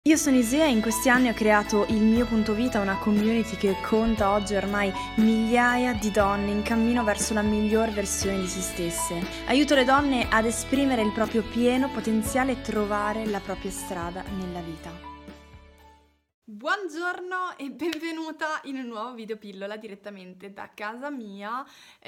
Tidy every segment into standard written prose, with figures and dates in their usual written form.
Io sono Isea e in questi anni ho creato il mio punto vita, una community che conta oggi ormai migliaia di donne in cammino verso la miglior versione di se stesse. Aiuto le donne ad esprimere il proprio pieno potenziale e trovare la propria strada nella vita. Buongiorno e benvenuta in un nuovo video pillola direttamente da casa mia,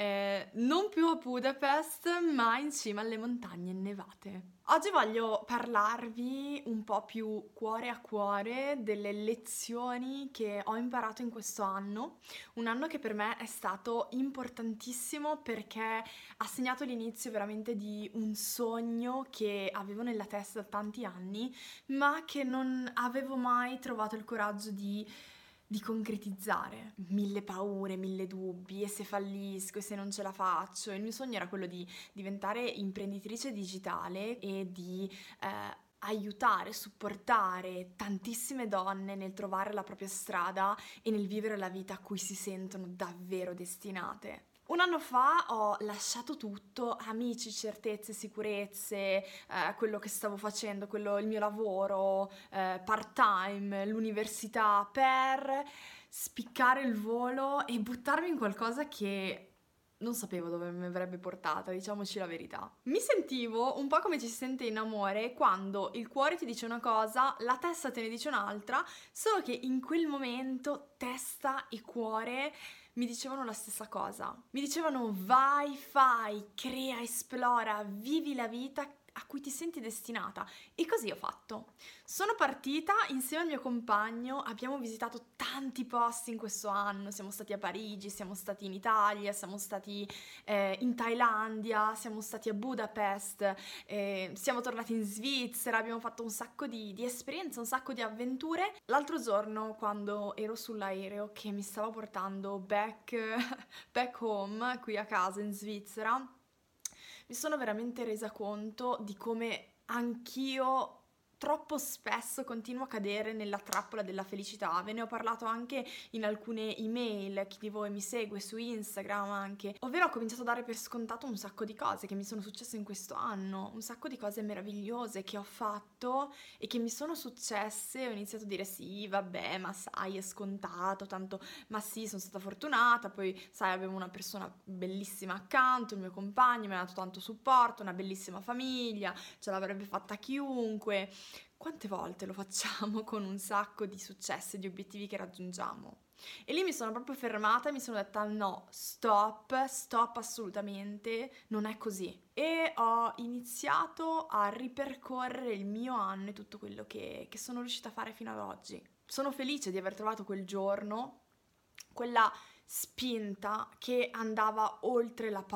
non più a Budapest ma in cima alle montagne innevate. Oggi voglio parlarvi un po' più cuore a cuore delle lezioni che ho imparato in questo anno, un anno che per me è stato importantissimo perché ha segnato l'inizio veramente di un sogno che avevo nella testa da tanti anni, ma che non avevo mai trovato il coraggio di concretizzare. Mille paure, mille dubbi, e se fallisco, e se non ce la faccio. Il mio sogno era quello di diventare imprenditrice digitale e di aiutare, supportare tantissime donne nel trovare la propria strada e nel vivere la vita a cui si sentono davvero destinate. Un anno fa ho lasciato tutto, amici, certezze, sicurezze, quello che stavo facendo, il mio lavoro, part-time, l'università, per spiccare il volo e buttarmi in qualcosa che non sapevo dove mi avrebbe portata, diciamoci la verità. Mi sentivo un po' come ci si sente in amore quando il cuore ti dice una cosa, la testa te ne dice un'altra, solo che in quel momento testa e cuore mi dicevano la stessa cosa. Mi dicevano vai, fai, crea, esplora, vivi la vita a cui ti senti destinata. E così ho fatto. Sono partita insieme al mio compagno, abbiamo visitato tanti posti in questo anno, siamo stati a Parigi, siamo stati in Italia, siamo stati in Thailandia, siamo stati a Budapest, siamo tornati in Svizzera, abbiamo fatto un sacco di esperienze, un sacco di avventure. L'altro giorno, quando ero sull'aereo che mi stava portando back home, qui a casa in Svizzera, mi sono veramente resa conto di come anch'io troppo spesso continuo a cadere nella trappola della felicità. Ve ne ho parlato anche in alcune email, chi di voi mi segue su Instagram anche, ovvero ho cominciato a dare per scontato un sacco di cose che mi sono successe in questo anno, un sacco di cose meravigliose che ho fatto e che mi sono successe, e ho iniziato a dire sì, vabbè, ma sai, è scontato, tanto, ma sì, sono stata fortunata, poi sai, avevo una persona bellissima accanto, il mio compagno mi ha dato tanto supporto, una bellissima famiglia, ce l'avrebbe fatta chiunque. Quante volte lo facciamo con un sacco di successi, di obiettivi che raggiungiamo? E lì mi sono proprio fermata e mi sono detta no, stop assolutamente, non è così. E ho iniziato a ripercorrere il mio anno e tutto quello che sono riuscita a fare fino ad oggi. Sono felice di aver trovato quel giorno, quella spinta che andava oltre la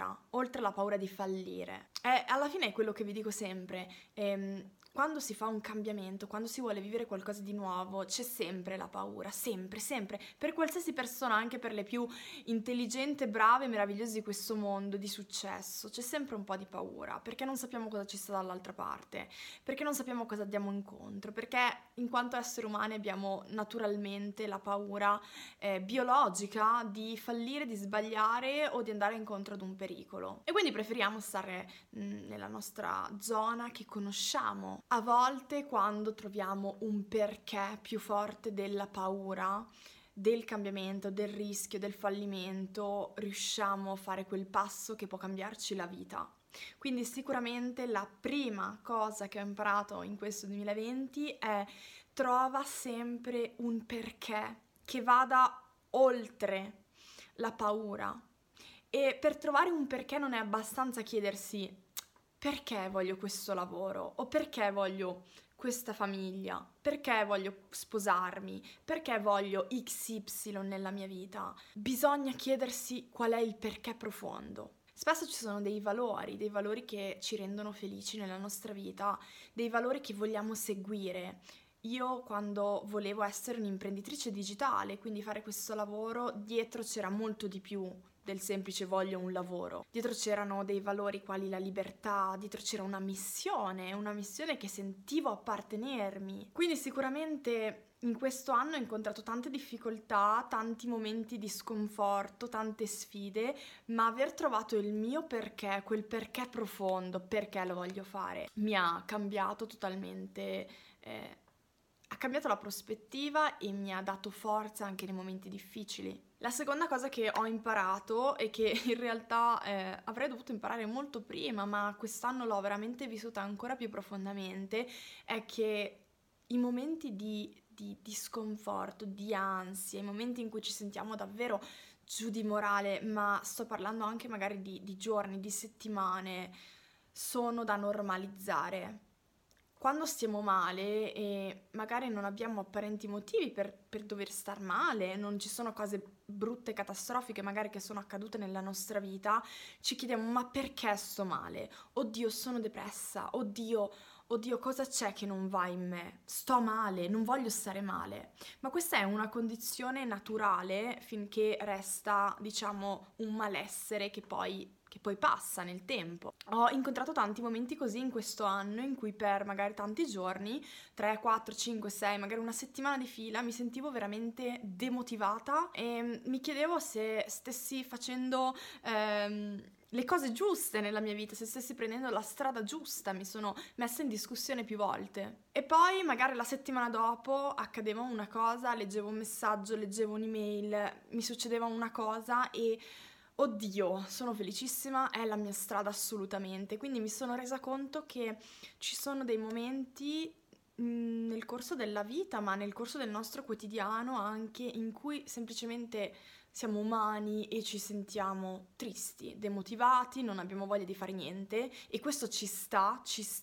paura di fallire. E alla fine è quello che vi dico sempre, quando si fa un cambiamento, quando si vuole vivere qualcosa di nuovo, c'è sempre la paura, sempre, sempre, per qualsiasi persona, anche per le più intelligenti, brave e meravigliose di questo mondo di successo, c'è sempre un po' di paura, perché non sappiamo cosa ci sta dall'altra parte, perché non sappiamo cosa andiamo incontro, perché in quanto esseri umani abbiamo naturalmente la paura biologica di fallire, di sbagliare o di andare incontro ad un pericolo. E quindi preferiamo stare nella nostra zona che conosciamo. A volte quando troviamo un perché più forte della paura, del cambiamento, del rischio, del fallimento, riusciamo a fare quel passo che può cambiarci la vita. Quindi sicuramente la prima cosa che ho imparato in questo 2020 è trova sempre un perché che vada oltre la paura. E per trovare un perché non è abbastanza chiedersi perché voglio questo lavoro o perché voglio questa famiglia, perché voglio sposarmi, perché voglio XY nella mia vita. Bisogna chiedersi qual è il perché profondo. Spesso ci sono dei valori che ci rendono felici nella nostra vita, dei valori che vogliamo seguire. Io quando volevo essere un'imprenditrice digitale, quindi fare questo lavoro, dietro c'era molto di più del semplice voglio un lavoro. Dietro c'erano dei valori quali la libertà, dietro c'era una missione che sentivo appartenermi. Quindi sicuramente in questo anno ho incontrato tante difficoltà, tanti momenti di sconforto, tante sfide, ma aver trovato il mio perché, quel perché profondo, perché lo voglio fare, mi ha cambiato totalmente cambiato la prospettiva e mi ha dato forza anche nei momenti difficili. La seconda cosa che ho imparato e che in realtà avrei dovuto imparare molto prima, ma quest'anno l'ho veramente vissuta ancora più profondamente, è che i momenti di sconforto, di ansia, i momenti in cui ci sentiamo davvero giù di morale, ma sto parlando anche magari di giorni, di settimane, sono da normalizzare. Quando stiamo male e magari non abbiamo apparenti motivi per dover star male, non ci sono cose brutte, catastrofiche magari che sono accadute nella nostra vita, ci chiediamo ma perché sto male? Oddio, sono depressa, oddio, cosa c'è che non va in me? Sto male, non voglio stare male. Ma questa è una condizione naturale finché resta, diciamo, un malessere che poi passa nel tempo. Ho incontrato tanti momenti così in questo anno in cui per magari tanti giorni, 3, 4, 5, 6, magari una settimana di fila, mi sentivo veramente demotivata e mi chiedevo se stessi facendo le cose giuste nella mia vita, se stessi prendendo la strada giusta, mi sono messa in discussione più volte. E poi magari la settimana dopo accadeva una cosa, leggevo un messaggio, leggevo un'email, mi succedeva una cosa e oddio, sono felicissima, è la mia strada assolutamente. Quindi mi sono resa conto che ci sono dei momenti nel corso della vita, ma nel corso del nostro quotidiano anche, in cui semplicemente siamo umani e ci sentiamo tristi, demotivati, non abbiamo voglia di fare niente e questo ci sta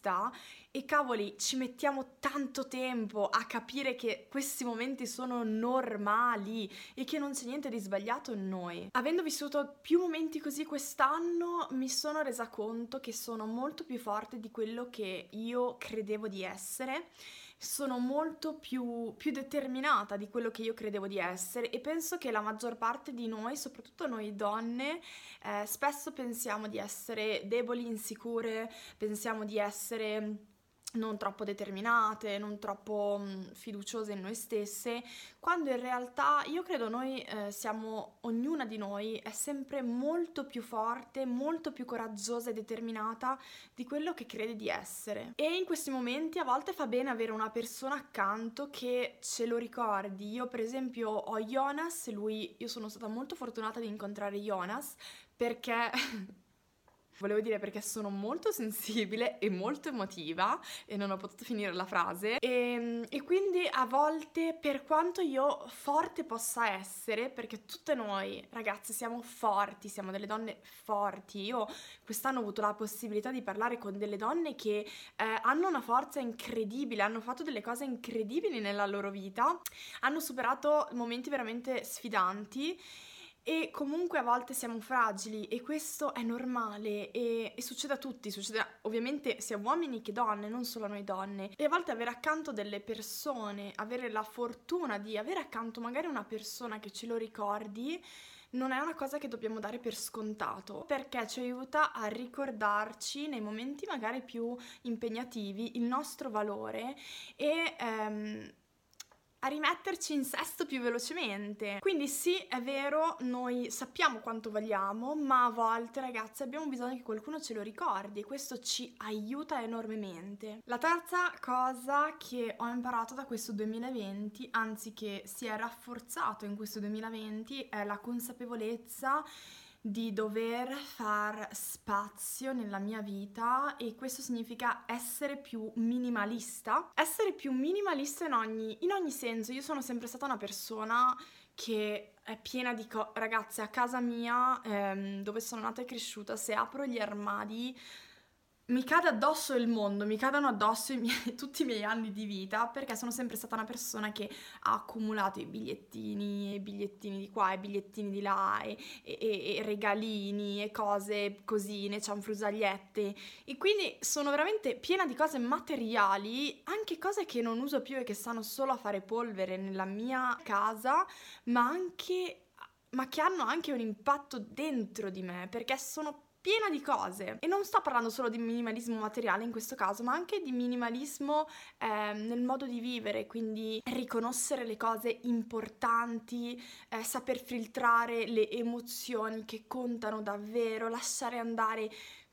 e cavoli, ci mettiamo tanto tempo a capire che questi momenti sono normali e che non c'è niente di sbagliato in noi. Avendo vissuto più momenti così quest'anno, mi sono resa conto che sono molto più forte di quello che io credevo di essere. Sono molto più determinata di quello che io credevo di essere e penso che la maggior parte di noi, soprattutto noi donne, spesso pensiamo di essere deboli, insicure, pensiamo di essere non troppo determinate, non troppo fiduciose in noi stesse, quando in realtà io credo noi siamo, ognuna di noi è sempre molto più forte, molto più coraggiosa e determinata di quello che crede di essere. E in questi momenti a volte fa bene avere una persona accanto che ce lo ricordi. Io per esempio ho Jonas, io sono stata molto fortunata di incontrare Jonas perché volevo dire perché sono molto sensibile e molto emotiva e non ho potuto finire la frase e quindi a volte per quanto io forte possa essere, perché tutte noi ragazze siamo forti, siamo delle donne forti, io quest'anno ho avuto la possibilità di parlare con delle donne che hanno una forza incredibile, hanno fatto delle cose incredibili nella loro vita, hanno superato momenti veramente sfidanti. E comunque a volte siamo fragili e questo è normale e succede a tutti, succede ovviamente sia uomini che donne, non solo a noi donne. E a volte avere accanto delle persone, avere la fortuna di avere accanto magari una persona che ce lo ricordi, non è una cosa che dobbiamo dare per scontato, perché ci aiuta a ricordarci nei momenti magari più impegnativi il nostro valore e a rimetterci in sesto più velocemente. Quindi sì, è vero, noi sappiamo quanto valiamo, ma a volte, ragazzi, abbiamo bisogno che qualcuno ce lo ricordi e questo ci aiuta enormemente. La terza cosa che ho imparato da questo 2020, anzi che si è rafforzato in questo 2020, è la consapevolezza di dover far spazio nella mia vita e questo significa essere più minimalista. Essere più minimalista in ogni senso. Io sono sempre stata una persona che è piena di ragazze, a casa mia, dove sono nata e cresciuta, se apro gli armadi mi cade addosso il mondo, mi cadono addosso tutti i miei anni di vita perché sono sempre stata una persona che ha accumulato i bigliettini di qua e bigliettini di là e regalini e cose cosine, cianfrusagliette e quindi sono veramente piena di cose materiali, anche cose che non uso più e che stanno solo a fare polvere nella mia casa, ma che hanno anche un impatto dentro di me perché sono piena di cose e non sto parlando solo di minimalismo materiale in questo caso, ma anche di minimalismo nel modo di vivere, quindi riconoscere le cose importanti, saper filtrare le emozioni che contano davvero, lasciare andare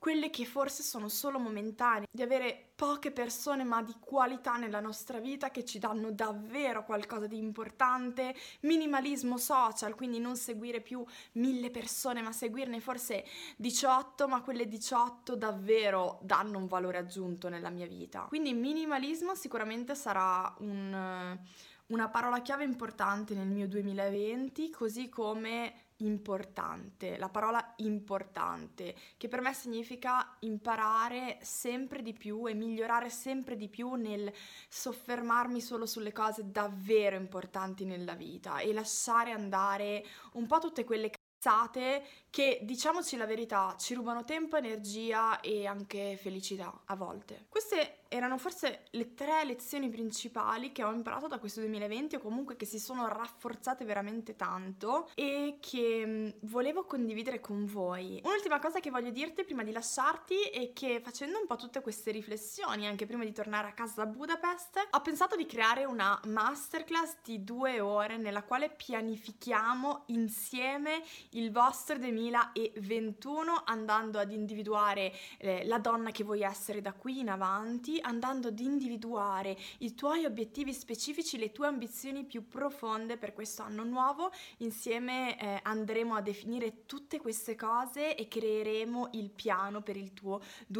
quelle che forse sono solo momentanee, di avere poche persone ma di qualità nella nostra vita che ci danno davvero qualcosa di importante, minimalismo social, quindi non seguire più 1000 persone ma seguirne forse 18, ma quelle 18 davvero danno un valore aggiunto nella mia vita. Quindi minimalismo sicuramente sarà una parola chiave importante nel mio 2020, così come importante, la parola importante, che per me significa imparare sempre di più e migliorare sempre di più nel soffermarmi solo sulle cose davvero importanti nella vita e lasciare andare un po' tutte quelle cazzate che, diciamoci la verità, ci rubano tempo, energia e anche felicità a volte. Queste erano forse le 3 lezioni principali che ho imparato da questo 2020 o comunque che si sono rafforzate veramente tanto e che volevo condividere con voi. Un'ultima cosa che voglio dirti prima di lasciarti è che facendo un po' tutte queste riflessioni, anche prima di tornare a casa da Budapest, ho pensato di creare una masterclass di 2 ore nella quale pianifichiamo insieme il vostro 2021 andando ad individuare la donna che vuoi essere da qui in avanti, andando ad individuare i tuoi obiettivi specifici, le tue ambizioni più profonde per questo anno nuovo. Insieme andremo a definire tutte queste cose e creeremo il piano per il tuo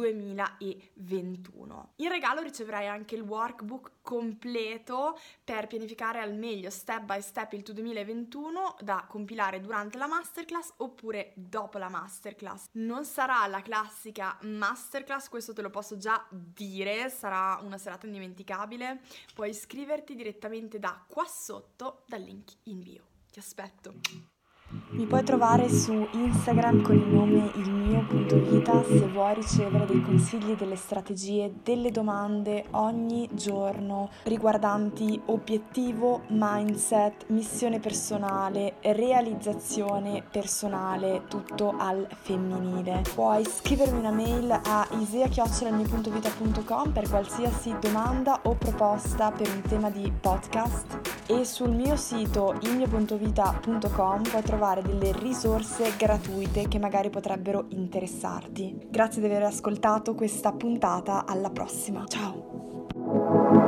2021. In regalo riceverai anche il workbook completo per pianificare al meglio step by step il tuo 2021 da compilare durante la masterclass oppure dopo la masterclass. Non sarà la classica masterclass, questo te lo posso già dire, sarà una serata indimenticabile. Puoi iscriverti direttamente da qua sotto dal link in bio. Ti aspetto. Mi puoi trovare su Instagram con il nome ilmio.vita se vuoi ricevere dei consigli, delle strategie, delle domande ogni giorno riguardanti obiettivo, mindset, missione personale, realizzazione personale, tutto al femminile. Puoi scrivermi una mail a isea@ilmio.vita.com per qualsiasi domanda o proposta per un tema di podcast e sul mio sito ilmio.vita.com puoi trovare delle risorse gratuite che magari potrebbero interessarti. Grazie di aver ascoltato questa puntata, alla prossima. Ciao!